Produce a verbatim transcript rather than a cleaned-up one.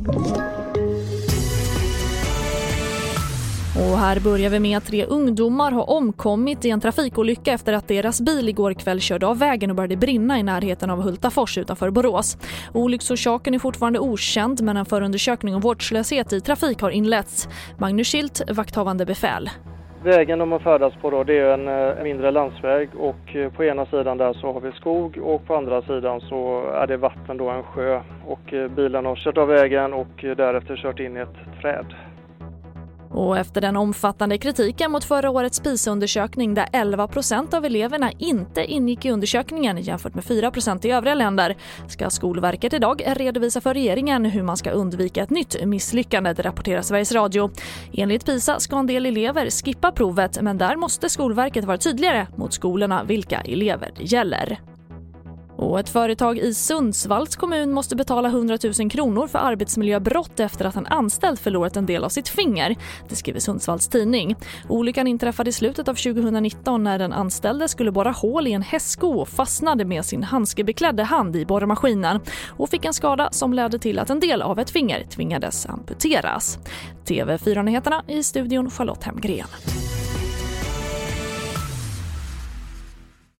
Och här börjar vi med att tre ungdomar har omkommit i en trafikolycka efter att deras bil igår kväll körde av vägen och började brinna i närheten av Hultafors utanför Borås. Olycksorsaken är fortfarande okänd, men en förundersökning om vårdslöshet i trafik har inletts. Magnus Schilt, vakthavande befäl. Vägen de har färdats på då, det är en, en mindre landsväg, och på ena sidan där så har vi skog och på andra sidan så är det vatten, då en sjö, och bilen har kört av vägen och därefter kört in i ett träd. Och efter den omfattande kritiken mot förra årets PISA-undersökning där elva procent av eleverna inte ingick i undersökningen jämfört med fyra procent i övriga länder, ska Skolverket idag redovisa för regeringen hur man ska undvika ett nytt misslyckande, rapporterar Sveriges Radio. Enligt PISA ska en del elever skippa provet, men där måste Skolverket vara tydligare mot skolorna vilka elever det gäller. Och ett företag i Sundsvalls kommun måste betala hundratusen kronor för arbetsmiljöbrott efter att en anställd förlorat en del av sitt finger. Det skriver Sundsvalls tidning. Olyckan inträffade i slutet av tjugonitton när den anställde skulle borra hål i en hästsko och fastnade med sin handskebeklädda hand i borrmaskinen och fick en skada som ledde till att en del av ett finger tvingades amputeras. T V fyra-nyheterna i studion Charlotte Hemgren.